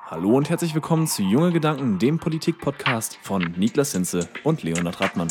Hallo und herzlich willkommen zu Junge Gedanken, dem Politik-Podcast von Niklas Hinze und Leonhard Radmann.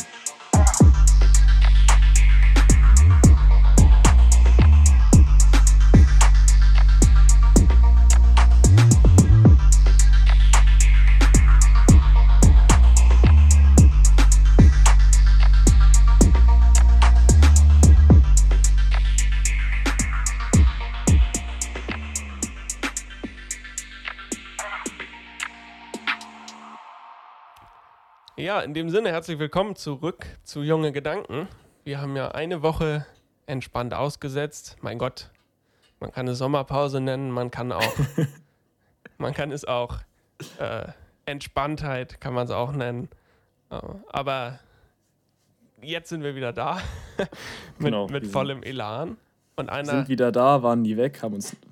Ja, in dem Sinne, herzlich willkommen zurück zu Junge Gedanken. Wir haben ja eine Woche entspannt ausgesetzt. Mein Gott, man kann es Sommerpause nennen, man kann es auch Entspanntheit kann man es auch nennen. Aber jetzt sind wir wieder da mit vollem Elan. Und sind wieder da, waren nie weg, haben uns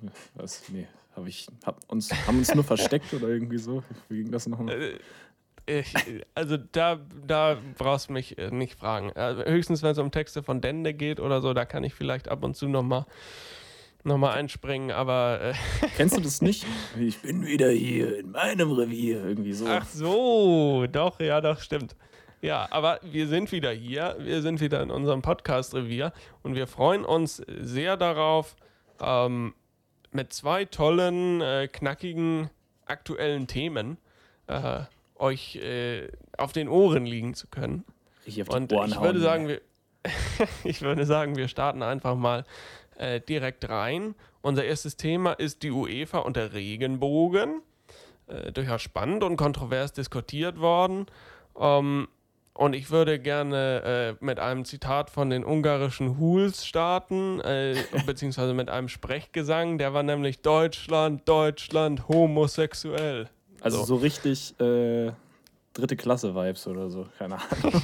nur versteckt oder irgendwie so. Wie ging das nochmal? Also da brauchst du mich nicht fragen. Also höchstens, wenn es um Texte von Dende geht oder so, da kann ich vielleicht ab und zu noch mal einspringen, aber... Kennst du das nicht? Ich bin wieder hier in meinem Revier, irgendwie so. Ach so, doch, stimmt. Ja, aber wir sind wieder hier, wir sind wieder in unserem Podcast-Revier und wir freuen uns sehr darauf, mit zwei tollen, knackigen, aktuellen Themen euch auf den Ohren liegen zu können. Ich würde sagen, wir starten einfach mal direkt rein. Unser erstes Thema ist die UEFA und der Regenbogen. Durchaus spannend und kontrovers diskutiert worden. Und ich würde gerne mit einem Zitat von den ungarischen Huls starten, beziehungsweise mit einem Sprechgesang. Der war nämlich Deutschland, homosexuell. Also so richtig dritte Klasse-Vibes oder so, keine Ahnung.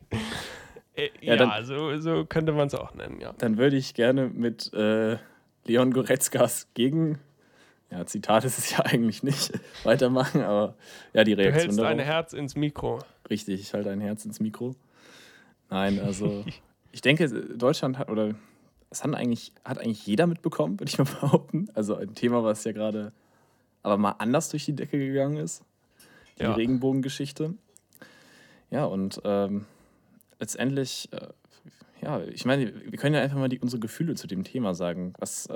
So könnte man es auch nennen, ja. Dann würde ich gerne mit Leon Goretzkas Zitat ist es ja eigentlich nicht, weitermachen, aber ja, die Reaktion darauf. Du hältst ein Herz ins Mikro. Richtig, ich halte ein Herz ins Mikro. Nein, also ich denke, Deutschland hat eigentlich jeder mitbekommen, würde ich mal behaupten. Also ein Thema, was ja gerade aber mal anders durch die Decke gegangen ist. Die Regenbogengeschichte. Ja, und letztendlich, ich meine, wir können ja einfach mal unsere Gefühle zu dem Thema sagen.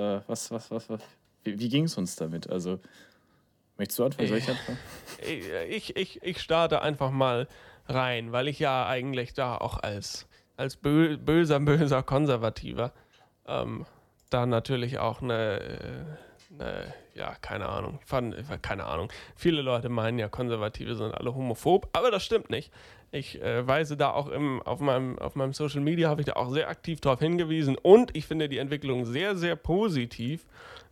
Wie ging es uns damit? Also, möchtest du anfangen? Soll ich anfangen? Ich starte einfach mal rein, weil ich ja eigentlich da auch als böser Konservativer da natürlich auch keine Ahnung. Keine Ahnung. Viele Leute meinen ja, Konservative sind alle homophob, aber das stimmt nicht. Ich weise da auch auf meinem Social Media, habe ich da auch sehr aktiv darauf hingewiesen und ich finde die Entwicklung sehr, sehr positiv,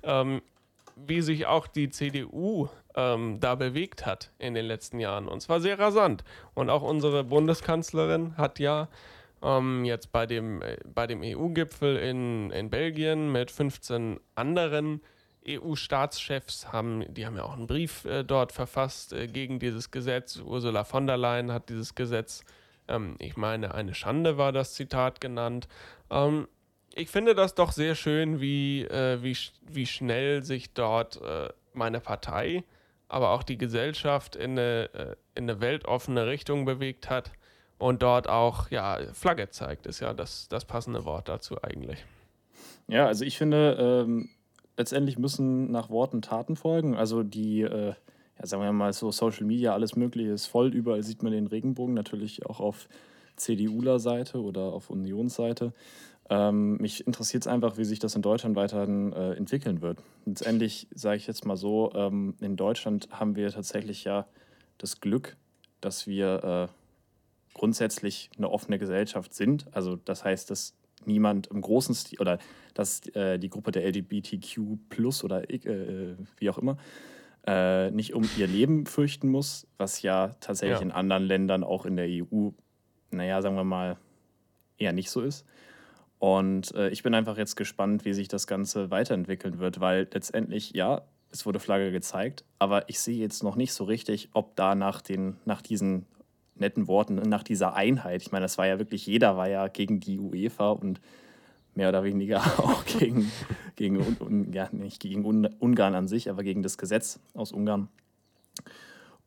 wie sich auch die CDU da bewegt hat in den letzten Jahren und zwar sehr rasant. Und auch unsere Bundeskanzlerin hat ja jetzt bei dem EU-Gipfel in Belgien mit 15 anderen EU-Staatschefs die haben ja auch einen Brief dort verfasst gegen dieses Gesetz. Ursula von der Leyen hat dieses Gesetz, ich meine, eine Schande war das Zitat genannt. Ich finde das doch sehr schön, wie schnell sich dort meine Partei, aber auch die Gesellschaft in eine weltoffene Richtung bewegt hat und dort auch, Flagge zeigt, ist ja das passende Wort dazu eigentlich. Ja, also ich finde, letztendlich müssen nach Worten Taten folgen. Also die, sagen wir mal so Social Media, alles Mögliche ist voll. Überall sieht man den Regenbogen, natürlich auch auf CDUler-Seite oder auf Unionsseite. Mich interessiert es einfach, wie sich das in Deutschland weiterhin entwickeln wird. Letztendlich sage ich jetzt mal so, in Deutschland haben wir tatsächlich ja das Glück, dass wir grundsätzlich eine offene Gesellschaft sind. Also das heißt, dass niemand im großen Stil oder dass die Gruppe der LGBTQ+ oder wie auch immer nicht um ihr Leben fürchten muss, was ja tatsächlich in anderen Ländern, auch in der EU, sagen wir mal, eher nicht so ist. Und ich bin einfach jetzt gespannt, wie sich das Ganze weiterentwickeln wird, weil letztendlich, es wurde Flagge gezeigt, aber ich sehe jetzt noch nicht so richtig, ob da nach diesen netten Worten, nach dieser Einheit, ich meine, das war ja wirklich, jeder war ja gegen die UEFA und mehr oder weniger auch nicht gegen Ungarn an sich, aber gegen das Gesetz aus Ungarn.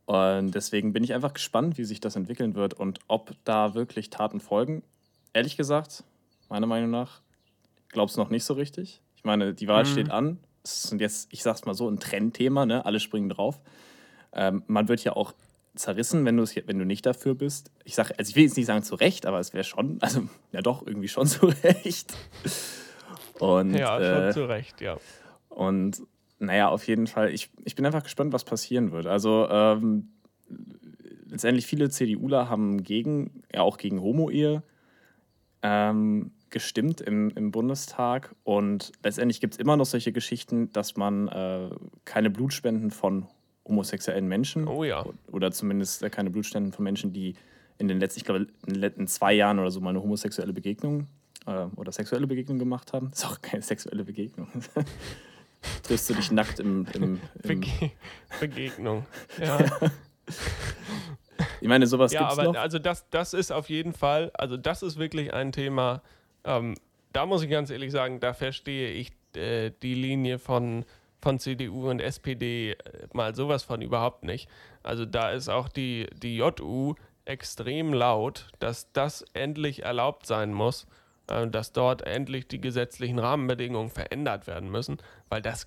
Und deswegen bin ich einfach gespannt, wie sich das entwickeln wird und ob da wirklich Taten folgen. Ehrlich gesagt, meiner Meinung nach, glaube es noch nicht so richtig. Ich meine, die Wahl steht Mhm. an. Es ist jetzt, ich sag's mal so, ein Trendthema, ne? Alle springen drauf. Man wird ja auch zerrissen, wenn du nicht dafür bist. Also ich will jetzt nicht sagen zu Recht, aber es wäre schon, also ja doch, irgendwie schon zu Recht. Und, Ja, schon zu Recht, ja. und naja, auf jeden Fall, ich bin einfach gespannt, was passieren wird. Also letztendlich viele CDUler haben auch gegen Homo-Ehe gestimmt im Bundestag. Und letztendlich gibt es immer noch solche Geschichten, dass man keine Blutspenden von homosexuellen Menschen Oh ja. oder zumindest keine Blutspenden von Menschen, die ich glaube, in den letzten 2 Jahren oder so mal eine homosexuelle Begegnung oder sexuelle Begegnung gemacht haben. Ist auch keine sexuelle Begegnung. Triffst du dich nackt im Begegnung. Ja. Ich meine, sowas Ja, gibt's aber noch. also das ist auf jeden Fall, also das ist wirklich ein Thema, da muss ich ganz ehrlich sagen, da verstehe ich die Linie von CDU und SPD mal sowas von überhaupt nicht. Also da ist auch die JU extrem laut, dass das endlich erlaubt sein muss, dass dort endlich die gesetzlichen Rahmenbedingungen verändert werden müssen, weil das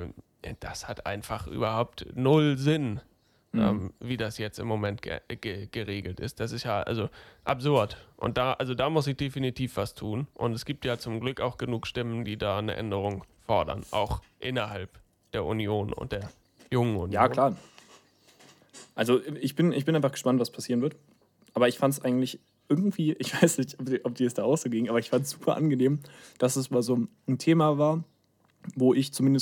hat einfach überhaupt null Sinn, wie das jetzt im Moment geregelt ist. Das ist ja also absurd. Und da muss ich definitiv was tun. Und es gibt ja zum Glück auch genug Stimmen, die da eine Änderung fordern, auch innerhalb der Union und der jungen Union. Ja, klar. Also ich bin einfach gespannt, was passieren wird. Aber ich fand es eigentlich irgendwie, ich weiß nicht, ob dir es da auch so ging, aber ich fand es super angenehm, dass es mal so ein Thema war, wo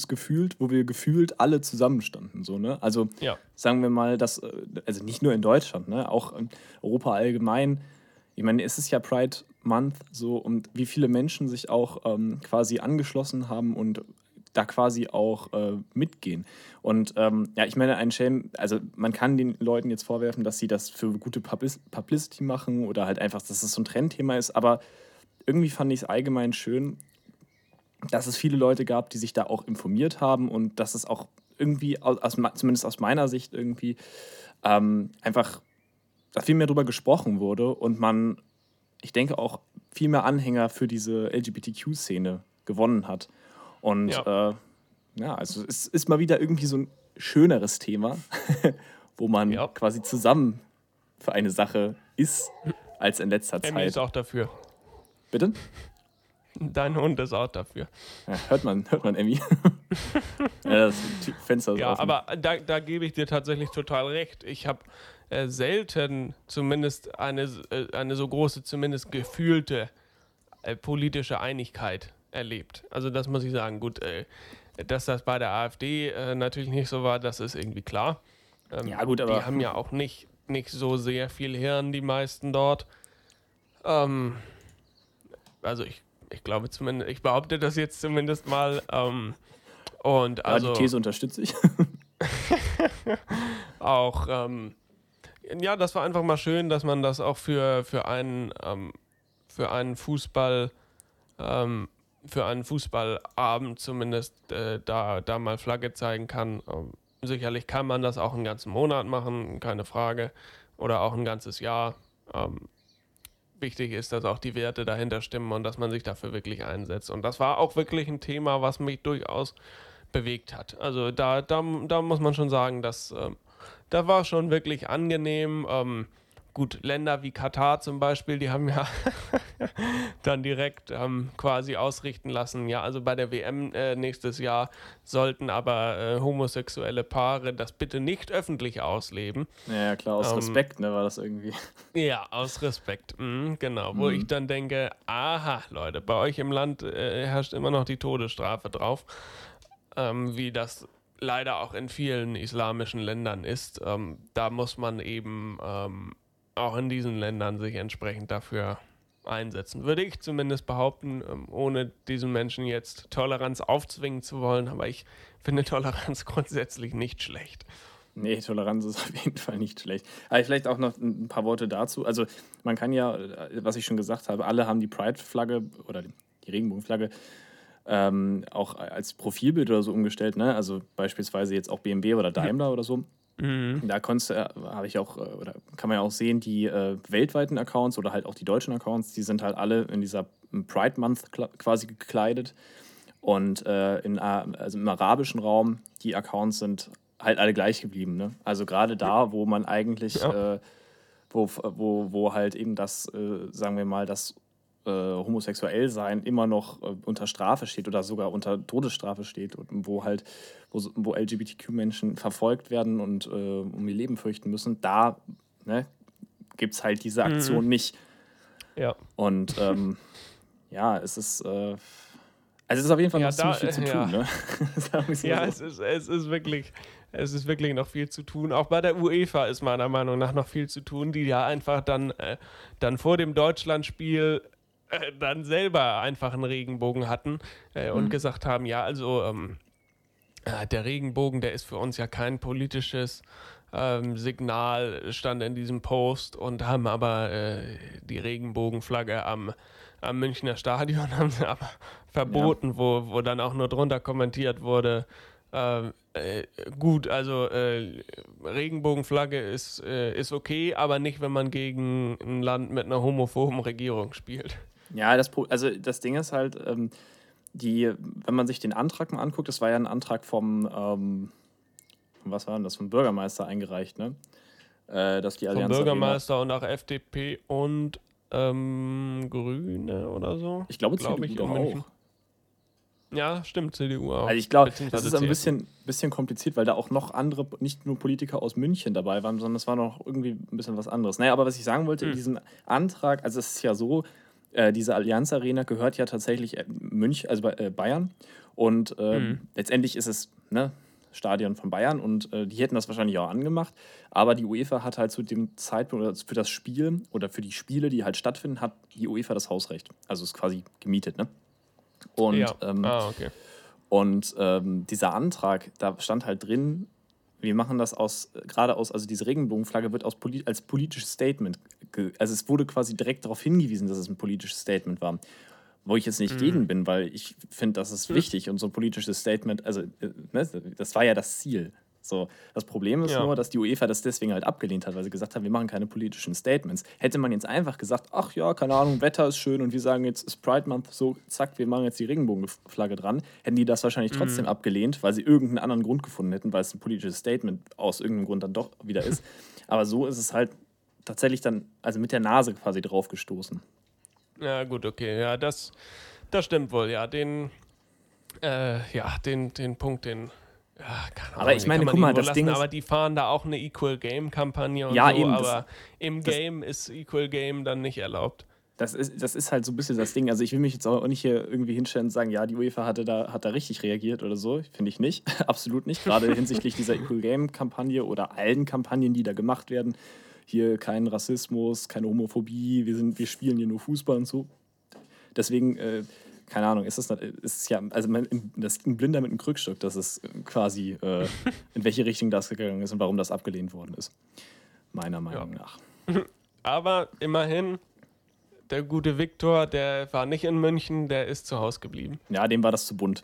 wir gefühlt alle zusammenstanden. So, ne? Also Ja. sagen wir mal, also nicht nur in Deutschland, ne? Auch in Europa allgemein. Ich meine, es ist ja Pride Month so und wie viele Menschen sich auch quasi angeschlossen haben und da quasi auch mitgehen. Und ja, ich meine, also man kann den Leuten jetzt vorwerfen, dass sie das für gute Publicity machen oder halt einfach, dass es so ein Trendthema ist, aber irgendwie fand ich es allgemein schön, dass es viele Leute gab, die sich da auch informiert haben und dass es auch irgendwie, zumindest aus meiner Sicht irgendwie, einfach da viel mehr drüber gesprochen wurde und man, ich denke, auch viel mehr Anhänger für diese LGBTQ-Szene gewonnen hat. Und Ja. ja, also es ist mal wieder irgendwie so ein schöneres Thema, wo man Ja. quasi zusammen für eine Sache ist, als in letzter Emmy ist Zeit. auch dafür. Bitte? Dein Hund ist auch dafür. Ja, hört man, Emmy? Ja, das Fenster ist Ja, offen. aber da gebe ich dir tatsächlich total recht. Ich habe selten zumindest eine so große, zumindest gefühlte politische Einigkeit erlebt. Also das muss ich sagen. Gut, dass das bei der AfD natürlich nicht so war, das ist irgendwie klar. Ja, gut, aber Die haben ja auch nicht so sehr viel Hirn, die meisten dort. Also ich glaube zumindest, ich behaupte das jetzt zumindest mal. Und ja, also die These unterstütze ich. auch, ja, das war einfach mal schön, dass man das auch für einen Fußball, für einen Fußballabend zumindest da mal Flagge zeigen kann. Sicherlich kann man das auch einen ganzen Monat machen, keine Frage, oder auch ein ganzes Jahr. Wichtig ist, dass auch die Werte dahinter stimmen und dass man sich dafür wirklich einsetzt. Und das war auch wirklich ein Thema, was mich durchaus bewegt hat. Also da muss man schon sagen, dass da war schon wirklich angenehm. Gut, Länder wie Katar zum Beispiel, die haben ja dann direkt quasi ausrichten lassen, ja, also bei der WM nächstes Jahr sollten aber homosexuelle Paare das bitte nicht öffentlich ausleben. Ja, klar, aus Respekt, ne, war das irgendwie. Ja, aus Respekt, genau. Wo ich dann denke, aha, Leute, bei euch im Land herrscht immer noch die Todesstrafe drauf, wie das leider auch in vielen islamischen Ländern ist. Da muss man eben auch in diesen Ländern sich entsprechend dafür einsetzen. Würde ich zumindest behaupten, ohne diesen Menschen jetzt Toleranz aufzwingen zu wollen, aber ich finde Toleranz grundsätzlich nicht schlecht. Nee, Toleranz ist auf jeden Fall nicht schlecht. Aber vielleicht auch noch ein paar Worte dazu. Also man kann ja, was ich schon gesagt habe, alle haben die Pride-Flagge oder die Regenbogenflagge auch als Profilbild oder so umgestellt. Ne? Also beispielsweise jetzt auch BMW oder Daimler oder so. Da habe ich auch, oder kann man ja auch sehen, die weltweiten Accounts oder halt auch die deutschen Accounts, die sind halt alle in dieser Pride Month quasi gekleidet. Und also im arabischen Raum, die Accounts sind halt alle gleich geblieben. Ne? Also gerade da, wo man eigentlich, wo halt eben das, sagen wir mal, das homosexuell sein immer noch unter Strafe steht oder sogar unter Todesstrafe steht und wo LGBTQ-Menschen verfolgt werden und um ihr Leben fürchten müssen, da ne, gibt es halt diese Aktion nicht. Ja. Und ja, es ist auf jeden Fall noch ziemlich viel zu tun. Ne? Ja, so. es ist wirklich noch viel zu tun. Auch bei der UEFA ist meiner Meinung nach noch viel zu tun, die ja einfach dann vor dem Deutschlandspiel dann selber einfach einen Regenbogen hatten und gesagt haben, ja, also der Regenbogen, der ist für uns ja kein politisches Signal, stand in diesem Post, und haben aber die Regenbogenflagge am Münchner Stadion haben sie aber verboten, wo dann auch nur drunter kommentiert wurde, gut, also Regenbogenflagge ist okay, aber nicht, wenn man gegen ein Land mit einer homophoben Regierung spielt. Ja, das Ding ist halt, wenn man sich den Antrag mal anguckt, das war ja ein Antrag vom Bürgermeister eingereicht, ne? Dass die Allianz vom Bürgermeister Arena, und auch FDP und Grüne oder so. Ich glaube, CDU auch. Ja, stimmt, CDU auch. Also ich glaube, das ist ein bisschen kompliziert, weil da auch noch andere, nicht nur Politiker aus München dabei waren, sondern es war noch irgendwie ein bisschen was anderes. Naja, aber was ich sagen wollte, in diesem Antrag, also es ist ja so, diese Allianz Arena gehört ja tatsächlich Bayern, und letztendlich ist es Stadion von Bayern, und die hätten das wahrscheinlich auch angemacht, aber die UEFA hat halt zu dem Zeitpunkt für das Spiel oder für die Spiele, die halt stattfinden, hat die UEFA das Hausrecht. Also ist quasi gemietet, ne? Und, okay. Und dieser Antrag, da stand halt drin, wir machen das also diese Regenbogenflagge wird als politisches Statement, also es wurde quasi direkt darauf hingewiesen, dass es ein politisches Statement war. Wo ich jetzt nicht gegen bin, weil ich finde, das ist wichtig, und so ein politisches Statement, also das war ja das Ziel. So, das Problem ist nur, dass die UEFA das deswegen halt abgelehnt hat, weil sie gesagt haben, wir machen keine politischen Statements. Hätte man jetzt einfach gesagt, ach ja, keine Ahnung, Wetter ist schön und wir sagen jetzt ist Pride Month, so zack, wir machen jetzt die Regenbogenflagge dran, hätten die das wahrscheinlich trotzdem abgelehnt, weil sie irgendeinen anderen Grund gefunden hätten, weil es ein politisches Statement aus irgendeinem Grund dann doch wieder ist. Aber so ist es halt tatsächlich dann, also mit der Nase quasi drauf gestoßen. Ja, gut, okay. Ja, das stimmt wohl, ja. Den Punkt, keine Ahnung. Aber ich meine, guck mal, das Ding ist... Aber die fahren da auch eine Equal Game-Kampagne und ja, so, eben, aber im Game ist Equal Game dann nicht erlaubt. Das ist halt so ein bisschen das Ding. Also ich will mich jetzt auch nicht hier irgendwie hinstellen und sagen, ja, die UEFA hat da richtig reagiert oder so. Finde ich nicht. Absolut nicht. Gerade hinsichtlich dieser Equal Game-Kampagne oder allen Kampagnen, die da gemacht werden. Hier kein Rassismus, keine Homophobie, wir spielen hier nur Fußball und so. Deswegen, keine Ahnung, ist ja, also das ist ein Blinder mit einem Krückstock, das ist quasi, in welche Richtung das gegangen ist und warum das abgelehnt worden ist. Meiner Meinung nach. Aber immerhin, der gute Viktor, der war nicht in München, der ist zu Hause geblieben. Ja, dem war das zu bunt.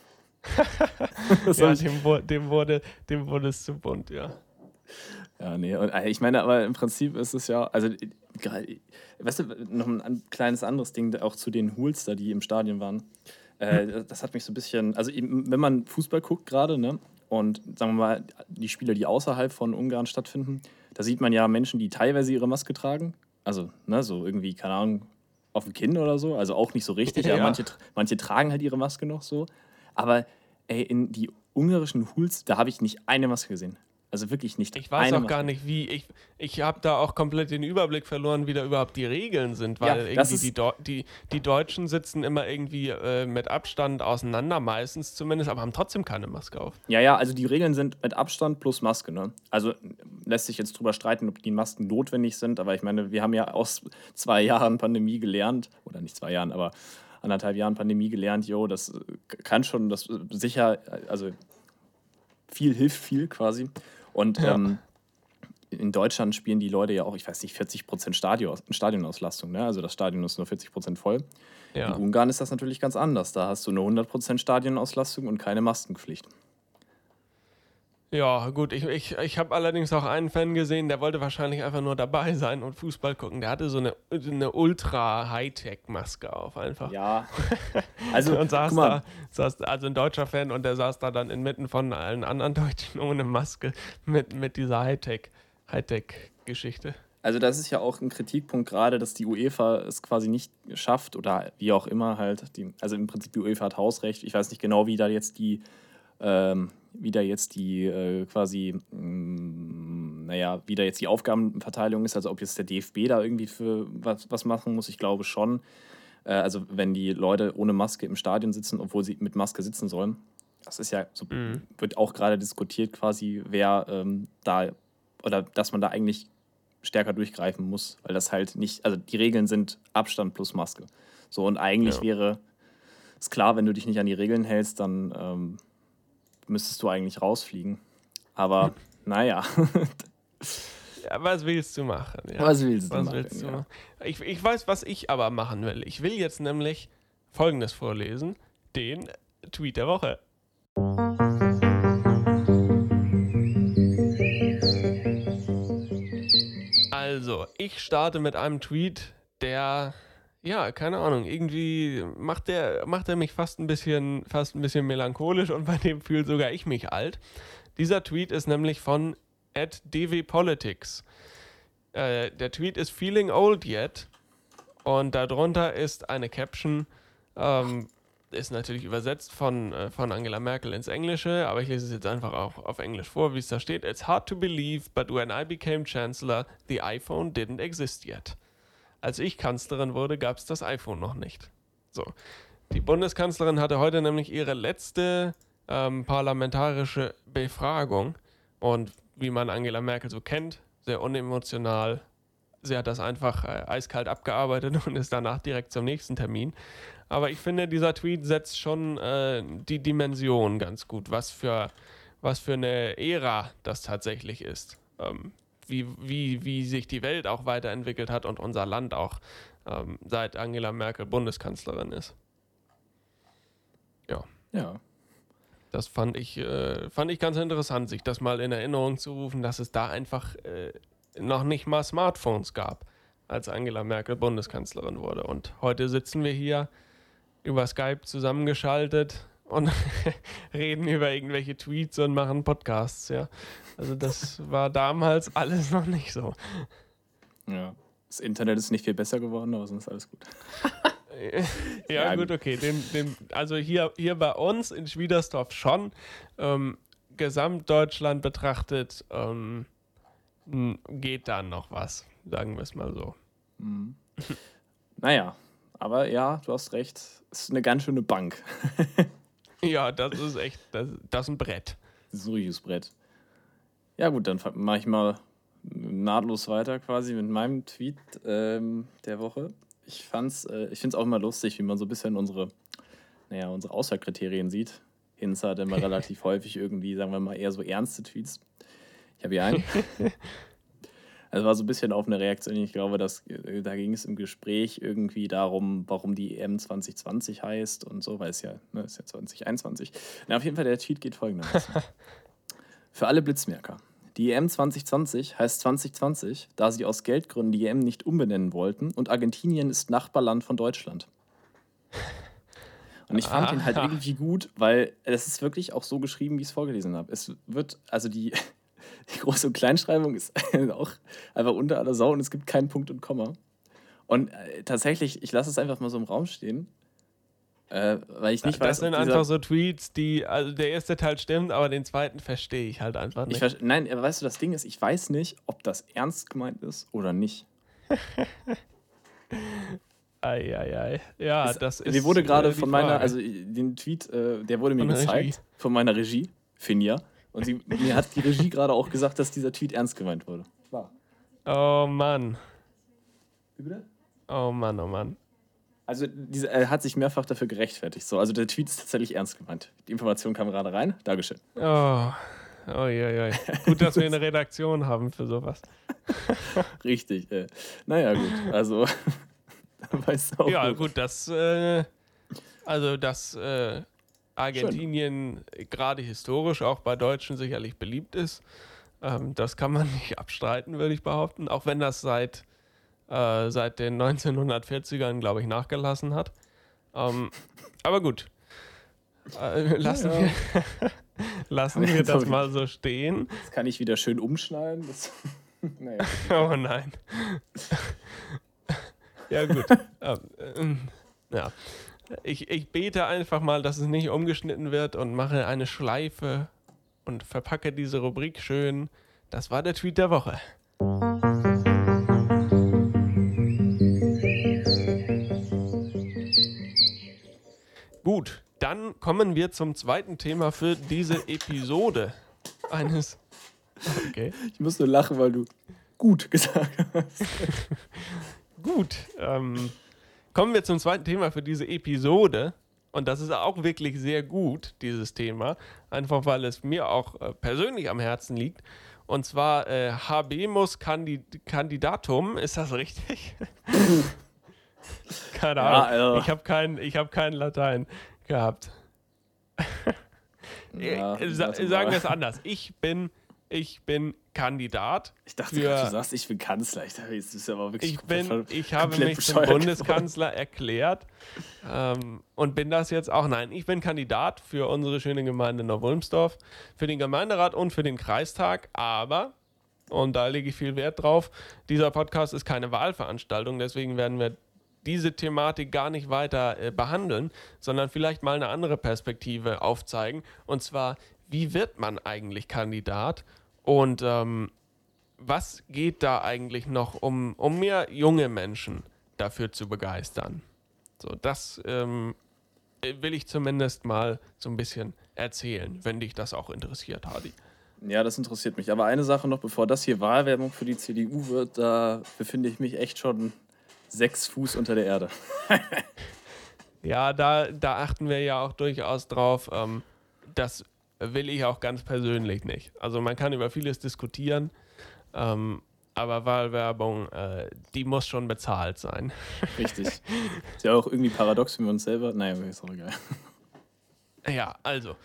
Ja, dem wurde es zu bunt, ja. Ja, nee, und ich meine, aber im Prinzip ist es ja, also, weißt du, noch ein kleines anderes Ding, auch zu den Hools da, die im Stadion waren. Das hat mich so ein bisschen, also wenn man Fußball guckt gerade, ne, und sagen wir mal, die Spiele, die außerhalb von Ungarn stattfinden, da sieht man ja Menschen, die teilweise ihre Maske tragen, also, ne, so irgendwie, keine Ahnung, auf dem Kinn oder so, also auch nicht so richtig, aber manche tragen halt ihre Maske noch so, aber ey, in die ungarischen Hools, da habe ich nicht eine Maske gesehen. Also wirklich nicht. Ich weiß auch gar nicht, wie. Ich habe da auch komplett den Überblick verloren, wie da überhaupt die Regeln sind, weil irgendwie die Deutschen sitzen immer irgendwie mit Abstand auseinander, meistens zumindest, aber haben trotzdem keine Maske auf. Ja, also die Regeln sind mit Abstand plus Maske, ne? Also lässt sich jetzt drüber streiten, ob die Masken notwendig sind, aber ich meine, wir haben ja aus 2 Jahren Pandemie gelernt, oder nicht 2 Jahren, aber 1,5 Jahren Pandemie gelernt, das kann schon, das sicher, also viel hilft viel quasi. Und in Deutschland spielen die Leute ja auch, ich weiß nicht, 40% Stadionauslastung. Ne? Also das Stadion ist nur 40% voll. Ja. In Ungarn ist das natürlich ganz anders. Da hast du eine 100% Stadionauslastung und keine Maskenpflicht. Ja, gut, ich habe allerdings auch einen Fan gesehen, der wollte wahrscheinlich einfach nur dabei sein und Fußball gucken. Der hatte so eine Ultra-Hightech-Maske auf einfach. Ja, also Und guck mal, also ein deutscher Fan, und der saß da dann inmitten von allen anderen Deutschen ohne Maske mit dieser Hightech-Geschichte. also das ist ja auch ein Kritikpunkt gerade, dass die UEFA es quasi nicht schafft oder wie auch immer halt, also im Prinzip die UEFA hat Hausrecht. Ich weiß nicht genau, quasi, wie da jetzt die Aufgabenverteilung ist, also ob jetzt der DFB da irgendwie für was machen muss, ich glaube schon. Also wenn die Leute ohne Maske im Stadion sitzen, obwohl sie mit Maske sitzen sollen. Das ist ja so, Mhm. wird auch gerade diskutiert quasi, wer da, oder dass man da eigentlich stärker durchgreifen muss, weil das halt nicht, also die Regeln sind Abstand plus Maske. So, und eigentlich Ja. wäre es klar, wenn du dich nicht an die Regeln hältst, dann müsstest du eigentlich rausfliegen. Aber naja, Ja, was willst du machen? Ja. was willst du Was machen? willst du Ja. machen? Ich weiß, was ich aber machen will. Ich will jetzt nämlich Folgendes vorlesen: den Tweet der Woche. Also, ich starte mit einem Tweet, der, ja, keine Ahnung, irgendwie macht er mich fast ein bisschen melancholisch, und bei dem fühle sogar ich mich alt. Dieser Tweet ist nämlich von @dwpolitics. Der Tweet ist "Feeling old yet?" und darunter ist eine Caption, ist natürlich übersetzt von Angela Merkel ins Englische, aber ich lese es jetzt einfach auch auf Englisch vor, wie es da steht. "It's hard to believe, but when I became Chancellor, the iPhone didn't exist yet." Als ich Kanzlerin wurde, gab es das iPhone noch nicht. So. Die Bundeskanzlerin hatte heute nämlich ihre letzte parlamentarische Befragung, und wie man Angela Merkel so kennt, sehr unemotional. Sie hat das einfach eiskalt abgearbeitet und ist danach direkt zum nächsten Termin. Aber ich finde, dieser Tweet setzt schon die Dimension ganz gut, was für eine Ära das tatsächlich ist. Wie sich die Welt auch weiterentwickelt hat und unser Land auch, seit Angela Merkel Bundeskanzlerin ist. Ja, Ja. das fand ich ganz interessant, sich das mal in Erinnerung zu rufen, dass es da einfach noch nicht mal Smartphones gab, als Angela Merkel Bundeskanzlerin wurde. Und heute sitzen wir hier über Skype zusammengeschaltet und reden über irgendwelche Tweets und machen Podcasts, ja. Also das war damals alles noch nicht so. Ja. Das Internet ist nicht viel besser geworden, aber sonst alles gut. Ja, Ja, gut, okay. Also hier bei uns in Schwiedersdorf schon. Gesamtdeutschland betrachtet geht da noch was, sagen wir es mal so. Naja, aber ja, du hast recht. Es ist eine ganz schöne Bank. Ja, das ist echt, das ist ein Brett. Das ist ein richtiges Brett. Ja, gut, dann mache ich mal nahtlos weiter quasi mit meinem Tweet der Woche. Ich finde es auch immer lustig, wie man so ein bisschen unsere Auswahlkriterien sieht. Hinz hat immer relativ häufig irgendwie, sagen wir mal, eher so ernste Tweets. Ich habe hier einen. Also war so ein bisschen auf eine Reaktion. Ich glaube, da ging es im Gespräch irgendwie darum, warum die EM 2020 heißt und so, weil es ja, ist ja 2021. Na, auf jeden Fall, der Tweet geht folgendermaßen. Für alle Blitzmerker. Die EM 2020 heißt 2020, da sie aus Geldgründen die EM nicht umbenennen wollten, und Argentinien ist Nachbarland von Deutschland. Und ich fand ihn halt irgendwie gut, weil es ist wirklich auch so geschrieben, wie ich es vorgelesen habe. Es wird, also die Groß- und Kleinschreibung ist auch einfach unter aller Sau und es gibt keinen Punkt und Komma. Und tatsächlich, ich lasse es einfach mal so im Raum stehen, weil ich nicht weiß, Das sind einfach so Tweets, also der erste Teil stimmt, aber den zweiten verstehe ich halt einfach nicht. Nein, weißt du, das Ding ist, ich weiß nicht, ob das ernst gemeint ist oder nicht. Eieiei. Ja, das ist. Mir wurde gerade die von meiner, Frage. also den Tweet, der wurde mir Von der gezeigt, Regie. von meiner Regie, Finja. Und mir hat die Regie gerade auch gesagt, dass dieser Tweet ernst gemeint wurde. War. Oh Mann. Wie bitte? Oh Mann, oh Mann. Also er hat sich mehrfach dafür gerechtfertigt. So, also der Tweet ist tatsächlich ernst gemeint. Die Information kam gerade rein. Dankeschön. Oh. Oi. Gut, dass wir eine Redaktion haben für sowas. Richtig. Naja, gut. Also, weißt du auch. Ja, gut, das Argentinien gerade historisch auch bei Deutschen sicherlich beliebt ist. Das kann man nicht abstreiten, würde ich behaupten. Auch wenn das seit den 1940ern, glaube ich, nachgelassen hat. Aber gut. Lassen wir das mal so stehen. Das kann ich wieder schön umschneiden. Naja. Oh nein. Ja, gut. Ja. Ich bete einfach mal, dass es nicht umgeschnitten wird und mache eine Schleife und verpacke diese Rubrik schön. Das war der Tweet der Woche. Gut, dann kommen wir zum zweiten Thema für diese Episode eines... Okay. Ich muss nur lachen, weil du gut gesagt hast. Gut, kommen wir zum zweiten Thema für diese Episode. Und das ist auch wirklich sehr gut, dieses Thema. Einfach weil es mir auch persönlich am Herzen liegt. Und zwar Habemus Candidatum. Ist das richtig? Keine Ahnung. Also. Ich hab kein Latein gehabt. Ja, sagen wir es anders. Ich bin Kandidat. Ich dachte gerade, du sagst, ich bin Kanzler. Das ist aber wirklich ich habe mich zum Bundeskanzler erklärt und bin das jetzt auch. Nein, ich bin Kandidat für unsere schöne Gemeinde Neuwulmsdorf, für den Gemeinderat und für den Kreistag. Aber, und da lege ich viel Wert drauf, dieser Podcast ist keine Wahlveranstaltung. Deswegen werden wir diese Thematik gar nicht weiter behandeln, sondern vielleicht mal eine andere Perspektive aufzeigen. Und zwar, wie wird man eigentlich Kandidat? Und was geht da eigentlich noch, um mehr junge Menschen dafür zu begeistern? So, das will ich zumindest mal so ein bisschen erzählen, wenn dich das auch interessiert, Hardy. Ja, das interessiert mich. Aber eine Sache noch, bevor das hier Wahlwerbung für die CDU wird, da befinde ich mich echt schon 6 Fuß unter der Erde. Ja, da achten wir ja auch durchaus drauf. Das will ich auch ganz persönlich nicht. Also man kann über vieles diskutieren, aber Wahlwerbung, die muss schon bezahlt sein. Richtig. Ist ja auch irgendwie paradox, wenn wir uns selber... Naja, ist auch egal. Ja, also,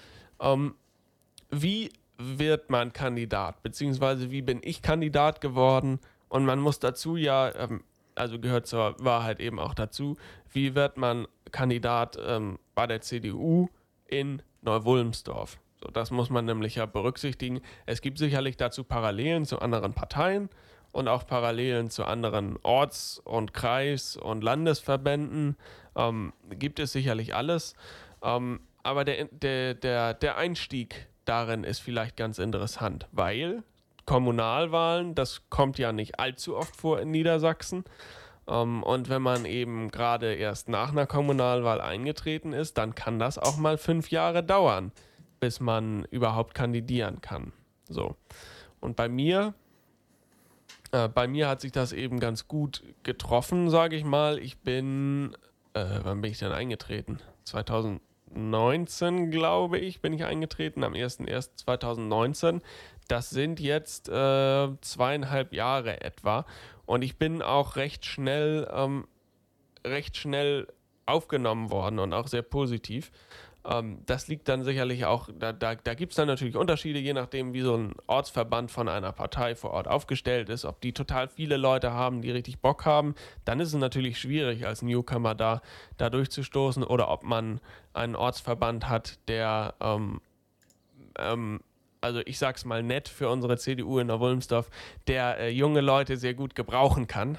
wie wird man Kandidat? Beziehungsweise wie bin ich Kandidat geworden? Und man muss dazu ja... also gehört zur Wahrheit eben auch dazu, wie wird man Kandidat bei der CDU in Neuwulmsdorf? So, das muss man nämlich ja berücksichtigen. Es gibt sicherlich dazu Parallelen zu anderen Parteien und auch Parallelen zu anderen Orts- und Kreis- und Landesverbänden. Gibt es sicherlich alles. Aber der Einstieg darin ist vielleicht ganz interessant, weil Kommunalwahlen, das kommt ja nicht allzu oft vor in Niedersachsen. Und wenn man eben gerade erst nach einer Kommunalwahl eingetreten ist, dann kann das auch mal 5 Jahre dauern, bis man überhaupt kandidieren kann. So. Und bei mir hat sich das eben ganz gut getroffen, sage ich mal. Ich bin, wann bin ich denn eingetreten? 2019, glaube ich, bin ich eingetreten, am 01.01.2019. Das sind jetzt 2,5 Jahre etwa. Und ich bin auch recht schnell aufgenommen worden und auch sehr positiv. Das liegt dann sicherlich auch, da gibt es dann natürlich Unterschiede, je nachdem, wie so ein Ortsverband von einer Partei vor Ort aufgestellt ist. Ob die total viele Leute haben, die richtig Bock haben, dann ist es natürlich schwierig, als Newcomer da durchzustoßen. Oder ob man einen Ortsverband hat, der, also ich sag's mal nett für unsere CDU in Neuwulmsdorf, der junge Leute sehr gut gebrauchen kann.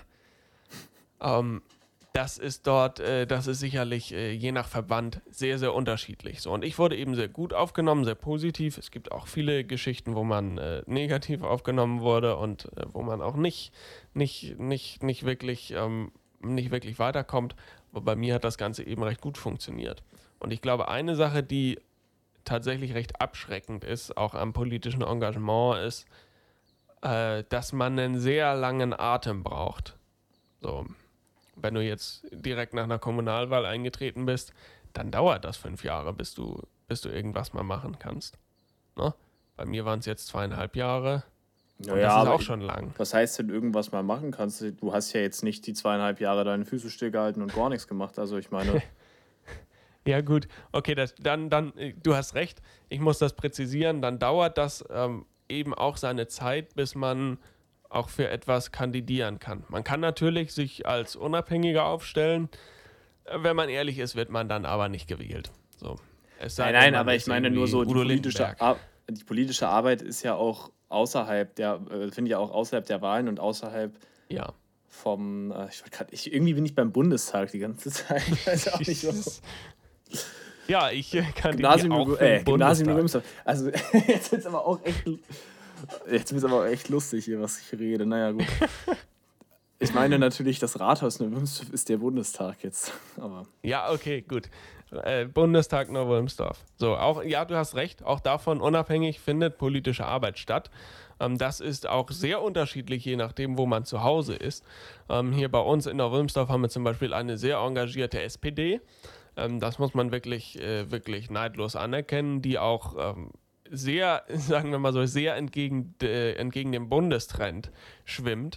Das ist sicherlich je nach Verband sehr, sehr unterschiedlich. So, und ich wurde eben sehr gut aufgenommen, sehr positiv. Es gibt auch viele Geschichten, wo man negativ aufgenommen wurde und wo man auch nicht wirklich weiterkommt. Aber bei mir hat das Ganze eben recht gut funktioniert. Und ich glaube, eine Sache, die tatsächlich recht abschreckend ist, auch am politischen Engagement, ist, dass man einen sehr langen Atem braucht. So. Wenn du jetzt direkt nach einer Kommunalwahl eingetreten bist, dann dauert das 5 Jahre, bis du irgendwas mal machen kannst. Ne? Bei mir waren es jetzt 2,5 Jahre. Ja, das ist auch schon lang. Was heißt denn irgendwas mal machen kannst? Du hast ja jetzt nicht die 2,5 Jahre deine Füße stillgehalten und gar nichts gemacht. Also ich meine... Ja, gut. Okay, du hast recht. Ich muss das präzisieren. Dann dauert das eben auch seine Zeit, bis man auch für etwas kandidieren kann. Man kann natürlich sich als Unabhängiger aufstellen. Wenn man ehrlich ist, wird man dann aber nicht gewählt. So. Es sei denn, Nein, man aber ich ist meine nur irgendwie so, Udo Lindenberg. die politische Arbeit ist ja auch außerhalb finde ich auch außerhalb der Wahlen und außerhalb Ja. vom, irgendwie bin ich beim Bundestag die ganze Zeit. Ich weiß auch nicht warum. Ja, ich kandidiere auch für den Gymnasium Bundestag. Wilmsdorf. Also jetzt wird es aber auch echt lustig hier, was ich rede. Naja, gut. Ich meine natürlich, das Rathaus Neuwülmsdorf ist der Bundestag jetzt. Aber Ja, okay, gut. Bundestag Neuwülmsdorf. So, ja, du hast recht. Auch davon unabhängig findet politische Arbeit statt. Das ist auch sehr unterschiedlich, je nachdem, wo man zu Hause ist. Hier bei uns in Neuwülmsdorf haben wir zum Beispiel eine sehr engagierte SPD. Das muss man wirklich neidlos anerkennen, die auch sehr, sagen wir mal so, sehr entgegen dem Bundestrend schwimmt.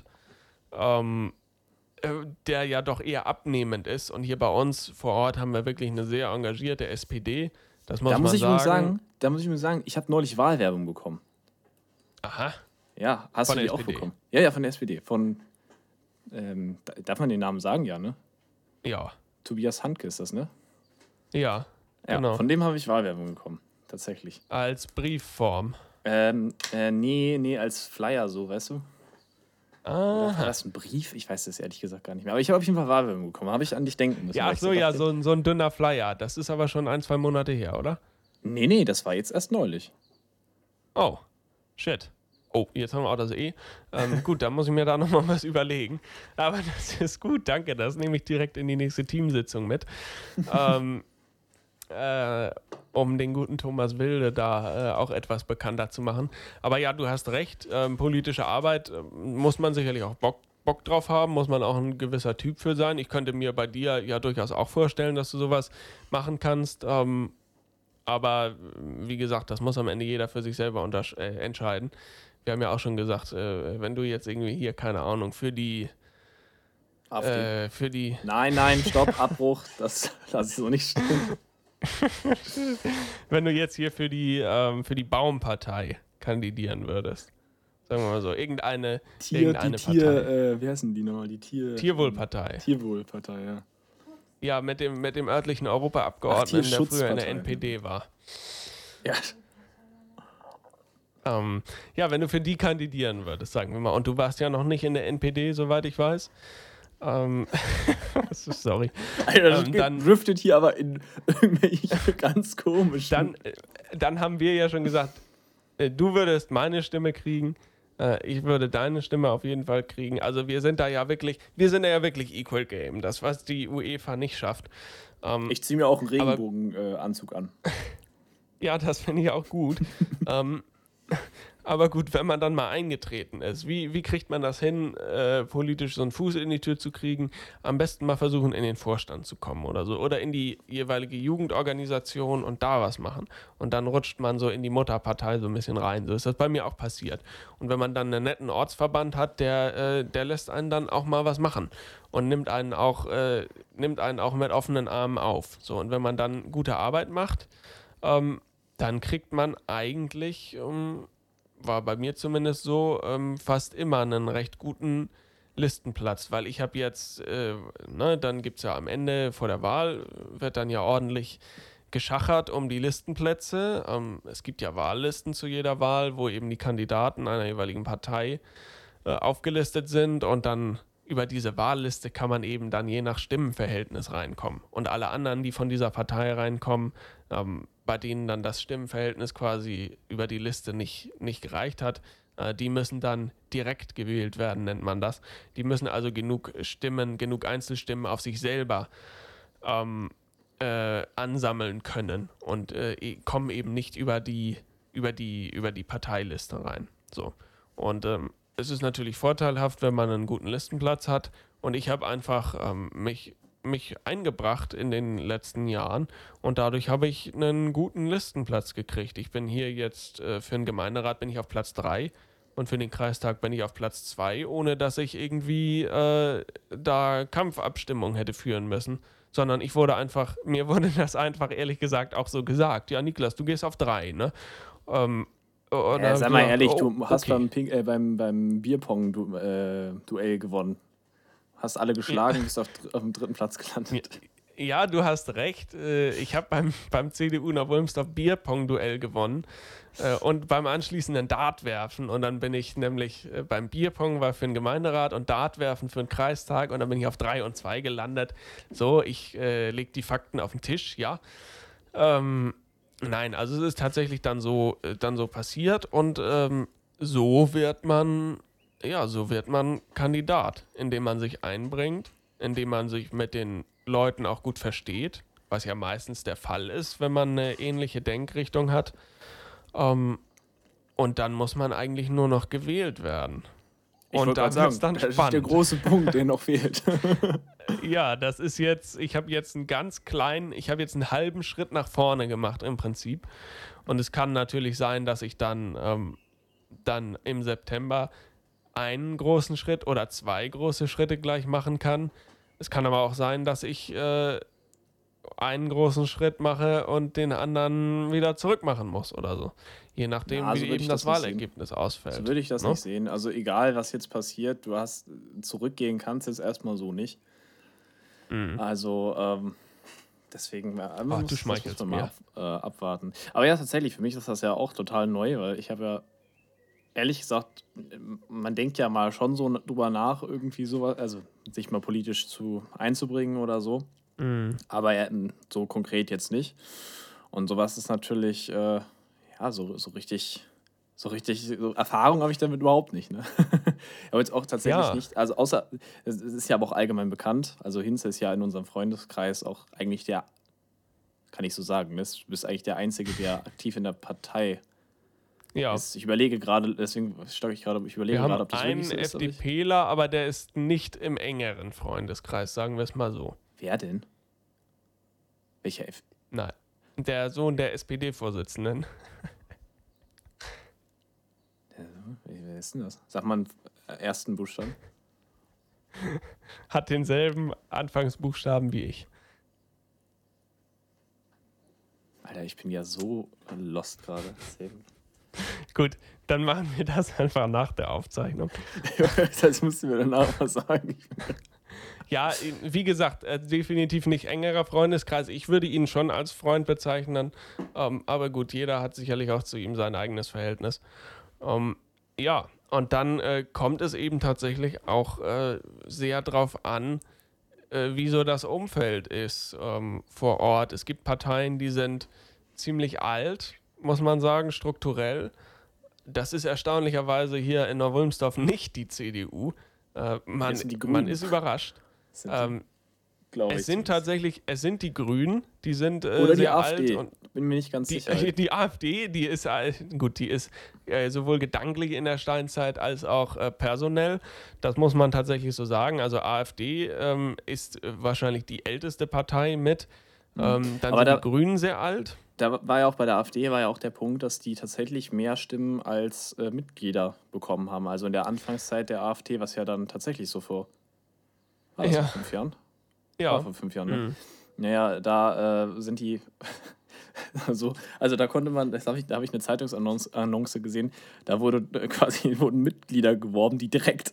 Der ja doch eher abnehmend ist. Und hier bei uns vor Ort haben wir wirklich eine sehr engagierte SPD. Das muss da muss man ich übrigens sagen. sagen, ich habe neulich Wahlwerbung bekommen. Aha. Ja, hast Von du die der auch SPD? bekommen? Ja, von der SPD. Darf man den Namen sagen, ja, ne? Ja. Tobias Handke ist das, ne? Ja, Ja, genau. von dem habe ich Wahlwerbung bekommen, tatsächlich. Als Briefform. Nee, als Flyer so, weißt du? Oder war Aha. das ein Brief? Ich weiß das ehrlich gesagt gar nicht mehr. Aber ich habe auf jeden Fall Wahlwerbung bekommen. Habe ich an dich denken müssen. Ja, weil ach ich so, ja, dachte, so ein dünner Flyer. Das ist aber schon 1-2 Monate her, oder? Nee, das war jetzt erst neulich. Oh, shit. Oh, jetzt haben wir auch das E. Gut, dann muss ich mir da nochmal was überlegen. Aber das ist gut, danke. Das nehme ich direkt in die nächste Teamsitzung mit. Um den guten Thomas Wilde da auch etwas bekannter zu machen. Aber ja, du hast recht. Politische Arbeit muss man sicherlich auch Bock drauf haben, muss man auch ein gewisser Typ für sein. Ich könnte mir bei dir ja durchaus auch vorstellen, dass du sowas machen kannst. Aber wie gesagt, das muss am Ende jeder für sich selber entscheiden. Wir haben ja auch schon gesagt, wenn du jetzt irgendwie hier, keine Ahnung, für die... Nein, stopp, Abbruch. Das lasse ich so nicht stehen. Wenn du jetzt hier für die Baumpartei kandidieren würdest. Sagen wir mal so, irgendeine Partei. Wie heißen die nochmal? Tierwohlpartei. Tierwohlpartei, ja. Ja, mit dem örtlichen Europaabgeordneten, der früher in der NPD war. Ja. Ja, wenn du für die kandidieren würdest, sagen wir mal, und du warst ja noch nicht in der NPD, soweit ich weiß. Sorry. Alter, dann driftet hier aber in irgendwelche ganz komisch. Dann haben wir ja schon gesagt, du würdest meine Stimme kriegen, ich würde deine Stimme auf jeden Fall kriegen. Also wir sind da ja wirklich Equal Game, das was die UEFA nicht schafft. Ich ziehe mir auch einen Regenbogenanzug an. Ja, das finde ich auch gut. Aber gut, wenn man dann mal eingetreten ist, wie kriegt man das hin, politisch so einen Fuß in die Tür zu kriegen? Am besten mal versuchen, in den Vorstand zu kommen oder so. Oder in die jeweilige Jugendorganisation und da was machen. Und dann rutscht man so in die Mutterpartei so ein bisschen rein. So ist das bei mir auch passiert. Und wenn man dann einen netten Ortsverband hat, der lässt einen dann auch mal was machen. Und nimmt einen auch mit offenen Armen auf. So, und wenn man dann gute Arbeit macht, dann kriegt man eigentlich, war bei mir zumindest so, fast immer einen recht guten Listenplatz, weil ich habe jetzt, dann gibt es ja am Ende vor der Wahl, wird dann ja ordentlich geschachert um die Listenplätze. Es gibt ja Wahllisten zu jeder Wahl, wo eben die Kandidaten einer jeweiligen Partei aufgelistet sind und dann über diese Wahlliste kann man eben dann je nach Stimmenverhältnis reinkommen. Und alle anderen, die von dieser Partei reinkommen, bei denen dann das Stimmenverhältnis quasi über die Liste nicht gereicht hat, die müssen dann direkt gewählt werden, nennt man das. Die müssen also genug Einzelstimmen auf sich selber ansammeln können und kommen eben nicht über die Parteiliste rein. So. Und es ist natürlich vorteilhaft, wenn man einen guten Listenplatz hat. Und ich habe einfach mich eingebracht in den letzten Jahren und dadurch habe ich einen guten Listenplatz gekriegt. Ich bin hier jetzt für den Gemeinderat bin ich auf Platz 3 und für den Kreistag bin ich auf Platz 2, ohne dass ich irgendwie da Kampfabstimmung hätte führen müssen, sondern mir wurde das einfach ehrlich gesagt auch so gesagt. Ja, Niklas, du gehst auf 3, ne? Oder sei mal ja, ehrlich, du hast okay. beim Bierpong-Duell gewonnen. Hast alle geschlagen, bist auf dem 3. Platz gelandet. Ja, du hast recht. Ich habe beim CDU Wolmsdorf Bierpong-Duell gewonnen und beim anschließenden Dartwerfen. Und dann bin ich nämlich beim Bierpong war für den Gemeinderat und Dartwerfen für den Kreistag. Und dann bin ich auf 3 und 2 gelandet. So, ich lege die Fakten auf den Tisch, ja. Nein, also es ist tatsächlich dann so passiert. Und so wird man Kandidat, indem man sich einbringt, indem man sich mit den Leuten auch gut versteht, was ja meistens der Fall ist, wenn man eine ähnliche Denkrichtung hat. Und dann muss man eigentlich nur noch gewählt werden. Ich Und wollte da gerade wird es sagen, dann das ist der spannend. große Punkt, der noch fehlt. Ja, ich habe jetzt einen halben Schritt nach vorne gemacht im Prinzip. Und es kann natürlich sein, dass ich dann im September einen großen Schritt oder 2 große Schritte gleich machen kann. Es kann aber auch sein, dass ich einen großen Schritt mache und den anderen wieder zurück machen muss oder so. Je nachdem, Na, so wie würde eben ich das das nicht sehen. Wahlergebnis So ausfällt. würde ich das Ne? nicht sehen. Also egal, was jetzt passiert, zurückgehen kannst jetzt erstmal so nicht. Also deswegen, man Ach, du muss schmeichelst man mal mir. abwarten. Aber ja, tatsächlich, für mich ist das ja auch total neu, weil ich habe ja ehrlich gesagt, man denkt ja mal schon so drüber nach, irgendwie sowas, also sich mal politisch einzubringen oder so. Aber so konkret jetzt nicht. Und sowas ist natürlich, ja, so richtig, so Erfahrung habe ich damit überhaupt nicht. Ne? Aber jetzt auch tatsächlich Ja, nicht, also außer, es ist ja aber auch allgemein bekannt, also Hinze ist ja in unserem Freundeskreis auch eigentlich kann ich so sagen, ne? Du bist eigentlich der Einzige, der aktiv in der Partei ja. ist. Ich überlege gerade, deswegen stocke ich Wir überlege haben gerade, ob das wirklich einen so ist. FDPler, aber der ist nicht im engeren Freundeskreis, sagen wir es mal so. Wer denn? Welcher Nein. Der Sohn der SPD-Vorsitzenden Wer ist denn das? Sag mal einen ersten Buchstaben. hat denselben Anfangsbuchstaben wie ich. Alter, ich bin ja so lost gerade. Gut, dann machen wir das einfach nach der Aufzeichnung. Das musst du mir danach mal sagen. Ja, wie gesagt, definitiv nicht engerer Freundeskreis. Ich würde ihn schon als Freund bezeichnen. Aber gut, jeder hat sicherlich auch zu ihm sein eigenes Verhältnis. Ja, und dann kommt es eben tatsächlich auch sehr drauf an, wie so das Umfeld ist vor Ort. Es gibt Parteien, die sind ziemlich alt, muss man sagen, strukturell. Das ist erstaunlicherweise hier in Neuwolmsdorf nicht die CDU. Jetzt sind die Man Grünen. ist überrascht. Glaube Es sind die Grünen, die sind oder die sehr AfD. alt. Und Bin mir nicht ganz sicher. die AfD, die ist sowohl gedanklich in der Steinzeit als auch personell. Das muss man tatsächlich so sagen. Also AfD ist wahrscheinlich die älteste Partei mit. Dann Aber sind die Grünen sehr alt. Da war ja auch bei der AfD auch der Punkt, dass die tatsächlich mehr Stimmen als Mitglieder bekommen haben. Also in der Anfangszeit der AfD, was ja dann tatsächlich so vor 5 Jahren? Ja. War vor 5 Jahren, ne? Naja, da sind die also da konnte man, da habe ich eine Zeitungsannonce gesehen, da wurden Mitglieder geworben, die direkt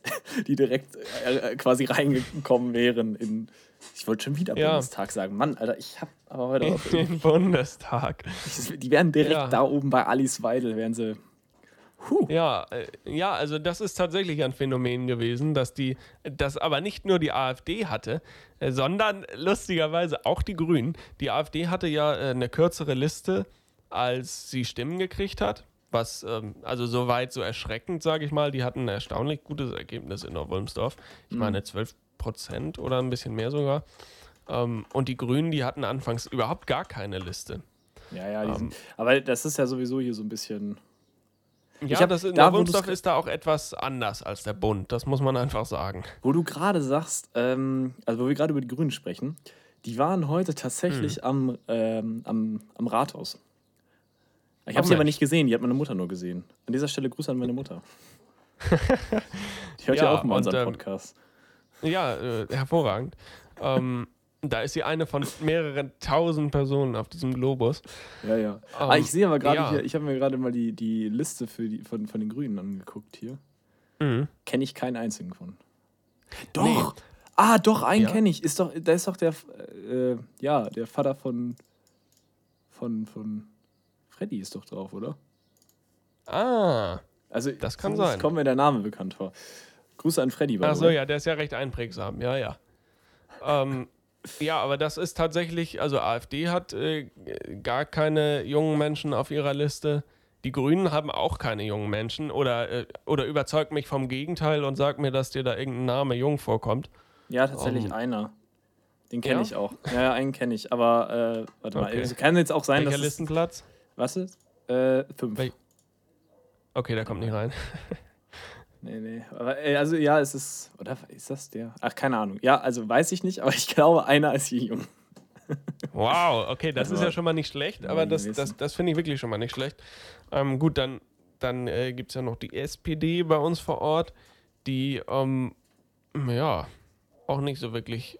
quasi reingekommen wären ich wollte schon wieder Bundestag sagen. Mann, Alter, ich habe aber heute in den Bundestag. Die wären direkt da oben bei Alice Weidel, wären sie. Ja, also das ist tatsächlich ein Phänomen gewesen, dass das aber nicht nur die AfD hatte, sondern lustigerweise auch die Grünen. Die AfD hatte ja eine kürzere Liste, als sie Stimmen gekriegt hat, was also soweit so erschreckend, sage ich mal. Die hatten ein erstaunlich gutes Ergebnis in Neuwolmsdorf. Ich meine 12% oder ein bisschen mehr sogar. Und die Grünen, die hatten anfangs überhaupt gar keine Liste. Ja, aber das ist ja sowieso hier so ein bisschen. Ja, Neuwolmsdorf ist da auch etwas anders als der Bund, das muss man einfach sagen. Wo du gerade sagst, also wo wir gerade über die Grünen sprechen, die waren heute tatsächlich am Rathaus. Ich habe sie aber nicht gesehen, die hat meine Mutter nur gesehen. An dieser Stelle Grüße an meine Mutter. Die hört ja auch mal unseren Podcast. Ja, hervorragend. Da ist sie eine von mehreren tausend Personen auf diesem Globus. Ja. Ich sehe aber gerade ja. hier, ich habe mir gerade mal die Liste von den Grünen angeguckt hier. Kenne ich keinen einzigen von. Doch! Nee. Doch, einen kenne ich. Da ist doch der Vater von Freddy ist doch drauf, oder? Also, das kann sein. Kommt mir der Name bekannt vor. Grüße an Freddy. Achso, ja, der ist ja recht einprägsam, ja. Ja, aber das ist tatsächlich, also AfD hat gar keine jungen Menschen auf ihrer Liste. Die Grünen haben auch keine jungen Menschen oder überzeugt mich vom Gegenteil und sagt mir, dass dir da irgendein Name jung vorkommt. Ja, tatsächlich einer. Den kenne ich auch. Ja, einen kenne ich, aber warte mal, also kann jetzt auch sein, Welcher Listenplatz? Was ist? 5. Okay, der kommt nicht rein. Nee. Aber also ja, es ist. Oder ist das der? Ach, keine Ahnung. Ja, also weiß ich nicht, aber ich glaube, einer ist hier jung. Wow, okay, das ist ja schon mal nicht schlecht, aber das finde ich wirklich schon mal nicht schlecht. Gut, dann gibt es ja noch die SPD bei uns vor Ort, die auch nicht so wirklich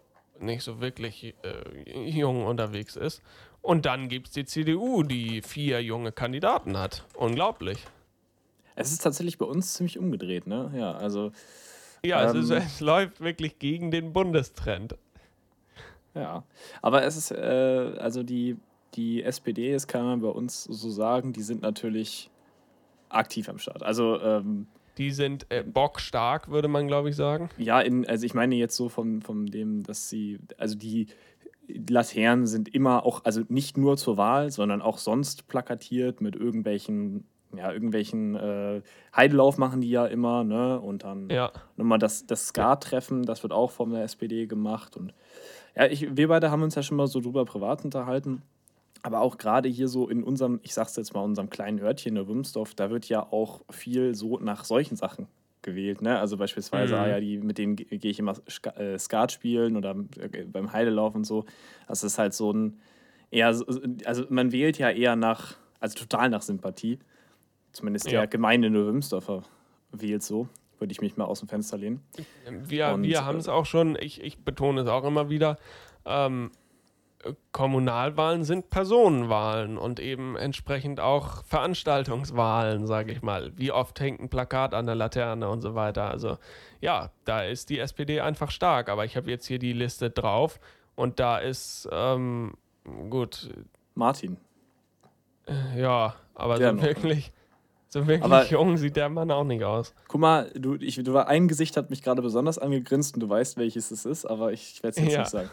jung unterwegs ist. Und dann gibt es die CDU, die 4 junge Kandidaten hat. Unglaublich. Es ist tatsächlich bei uns ziemlich umgedreht, ne? Ja, also. Ja, es läuft wirklich gegen den Bundestrend. Ja, aber es ist, also die SPD, das kann man bei uns so sagen, die sind natürlich aktiv am Start. Also, die sind bockstark, würde man, glaube ich, sagen. Ja, also ich meine jetzt so von dem, dass sie, also die Laternen sind immer auch, also nicht nur zur Wahl, sondern auch sonst plakatiert mit irgendwelchen Heidelauf machen die ja immer, ne? Und dann nochmal das Skat-Treffen, das wird auch von der SPD gemacht. Und ja, wir beide haben uns ja schon mal so drüber privat unterhalten. Aber auch gerade hier so in unserem, ich sag's jetzt mal, unserem kleinen Örtchen in Wümsdorf, da wird ja auch viel so nach solchen Sachen gewählt, ne? Also beispielsweise, mit denen gehe ich immer Skat spielen oder beim Heidelauf und so. Das ist halt so ein, also man wählt ja eher total nach Sympathie. Zumindest der Gemeinde Wümsdorfer wählt so, würde ich mich mal aus dem Fenster lehnen. Wir haben es auch schon, ich betone es auch immer wieder, Kommunalwahlen sind Personenwahlen und eben entsprechend auch Veranstaltungswahlen, sage ich mal. Wie oft hängt ein Plakat an der Laterne und so weiter. Also ja, da ist die SPD einfach stark. Aber ich habe jetzt hier die Liste drauf und da ist, gut. Martin. Ja, aber so wirklich jung sieht der Mann auch nicht aus. Guck mal, ein Gesicht hat mich gerade besonders angegrinst und du weißt, welches es ist, aber ich werde es jetzt nicht sagen.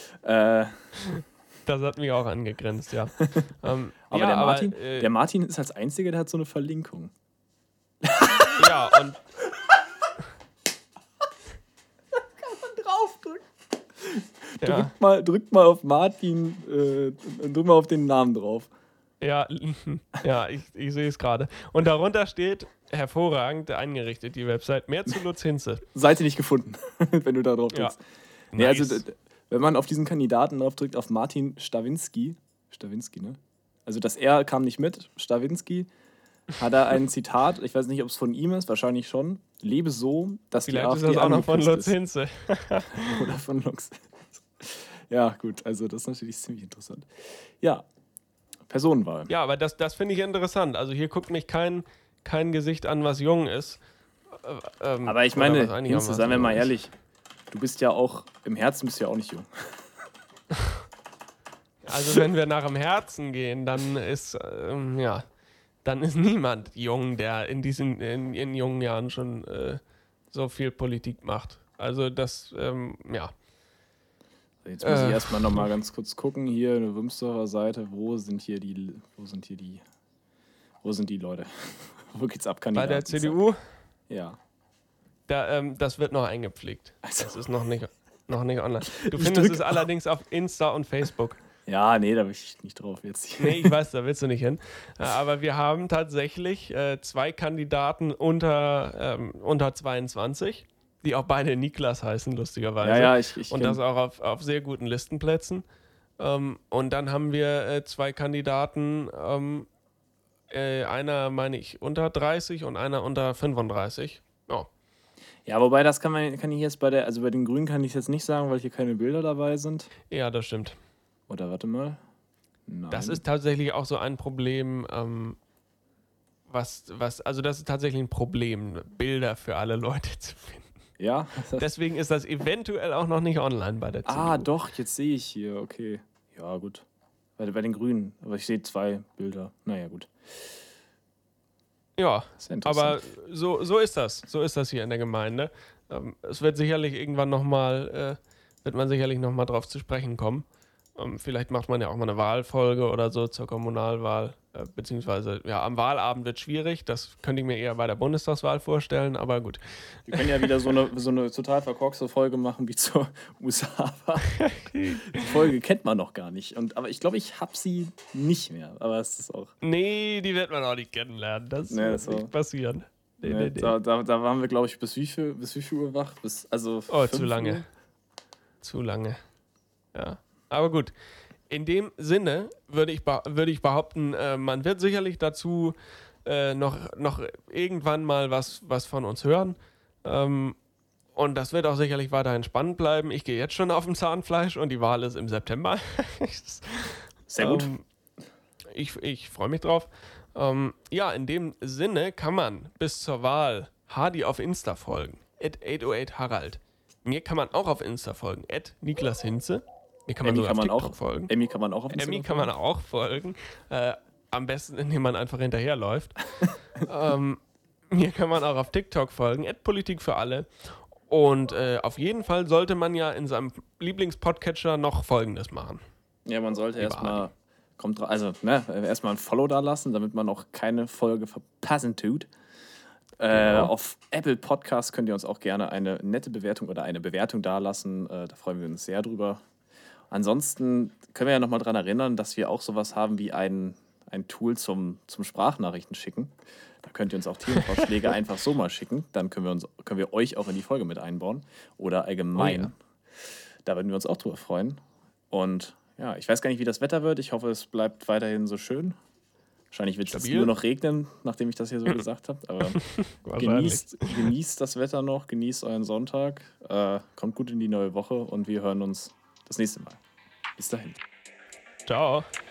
Das hat mich auch angegrenzt, ja. Aber der Martin ist als Einziger, der hat so eine Verlinkung. Ja, und da kann man draufdrücken. Drückt mal auf Martin, drück mal auf den Namen drauf. Ja, ich sehe es gerade. Und darunter steht, hervorragend eingerichtet, die Website, mehr zu Lutz Hinze. Seite nicht gefunden, wenn du da drauf drückst. Ja. Nee, nice. Also, wenn man auf diesen Kandidaten drauf drückt, auf Martin Stawinski, ne? Also das R kam nicht mit, Stawinski, hat er ein Zitat, ich weiß nicht, ob es von ihm ist, wahrscheinlich schon, lebe so, dass vielleicht die AfD ist das auch noch von Lutz Hinze. Oder von Lutz. Ja, gut, also das ist natürlich ziemlich interessant. Ja, Personenwahl. Ja, aber das finde ich interessant. Also hier guckt mich kein Gesicht an, was jung ist. Aber ich meine, Hinze, seien wir mal ehrlich, du bist ja auch, im Herzen bist du ja auch nicht jung. Also wenn wir nach dem Herzen gehen, dann ist, dann ist niemand jung, der in jungen Jahren schon so viel Politik macht. Also das, Jetzt muss ich erstmal nochmal ganz kurz gucken, hier eine Wümsdorfer Seite, wo sind die Leute? Wo geht's ab, Kandidaten? Bei der CDU? Ja. Das wird noch eingepflegt. Also. Das ist noch nicht online. Du findest es allerdings auf Insta und Facebook. Ja, nee, da will ich nicht drauf jetzt. Nee, ich weiß, da willst du nicht hin. Aber wir haben tatsächlich 2 Kandidaten unter 22, die auch beide Niklas heißen, lustigerweise. Ja, ich und das auch auf sehr guten Listenplätzen. Und dann haben wir 2 Kandidaten, einer, meine ich, unter 30 und einer unter 35. Ja. Ja, wobei das kann ich jetzt also bei den Grünen kann ich es jetzt nicht sagen, weil hier keine Bilder dabei sind. Ja, das stimmt. Oder warte mal. Nein. Das ist tatsächlich auch so ein Problem, also das ist tatsächlich ein Problem, Bilder für alle Leute zu finden. Ja? Deswegen ist das eventuell auch noch nicht online bei der CDU. Ah, doch, jetzt sehe ich hier, okay. Ja, gut. Bei den Grünen, aber ich sehe 2 Bilder. Naja, gut. Ja, Sehr interessant. aber so ist das. So ist das hier in der Gemeinde. Es wird sicherlich irgendwann wird man sicherlich nochmal drauf zu sprechen kommen. Vielleicht macht man ja auch mal eine Wahlfolge oder so zur Kommunalwahl. Beziehungsweise, ja, am Wahlabend wird schwierig. Das könnte ich mir eher bei der Bundestagswahl vorstellen, aber gut. Wir können ja wieder so eine total verkorkste Folge machen wie zur USA-Wahl. Die Folge kennt man noch gar nicht. Aber ich glaube, ich habe sie nicht mehr. Aber es ist auch. Nee, die wird man auch nicht kennenlernen. Das wird nicht passieren. Nee. Da waren wir, glaube ich, bis wie viel Uhr wach? Zu 5 lange. Uhr? Zu lange. Ja. Aber gut. In dem Sinne würde ich behaupten, man wird sicherlich dazu noch irgendwann mal was von uns hören. Und das wird auch sicherlich weiterhin spannend bleiben. Ich gehe jetzt schon auf dem Zahnfleisch und die Wahl ist im September. Sehr gut. Ich freue mich drauf. Ja, in dem Sinne kann man bis zur Wahl Hardy auf Insta folgen. @808harald. Mir kann man auch auf Insta folgen. @Niklas Hinze. Mir kann man sogar auf TikTok folgen. Emmy kann man auch auf Instagram Emmy kann man auch folgen. Am besten, indem man einfach hinterherläuft. Mir kann man auch auf TikTok folgen. @Politik für alle. Und auf jeden Fall sollte man ja in seinem Lieblingspodcatcher noch Folgendes machen. Ja, man sollte erstmal ein Follow da lassen, damit man auch keine Folge verpassen tut. Genau. Auf Apple Podcasts könnt ihr uns auch gerne eine nette Bewertung oder eine Bewertung da lassen. Da freuen wir uns sehr drüber. Ansonsten können wir ja nochmal daran erinnern, dass wir auch sowas haben wie ein Tool zum Sprachnachrichten schicken. Da könnt ihr uns auch Themenvorschläge einfach so mal schicken. Dann können wir euch auch in die Folge mit einbauen. Oder allgemein. Oh ja. Da würden wir uns auch drüber freuen. Und ja, ich weiß gar nicht, wie das Wetter wird. Ich hoffe, es bleibt weiterhin so schön. Wahrscheinlich wird es nur noch regnen, nachdem ich das hier so gesagt habe. Aber genießt das Wetter noch, genießt euren Sonntag. Kommt gut in die neue Woche und wir hören uns das nächste Mal. Bis dahin. Ciao.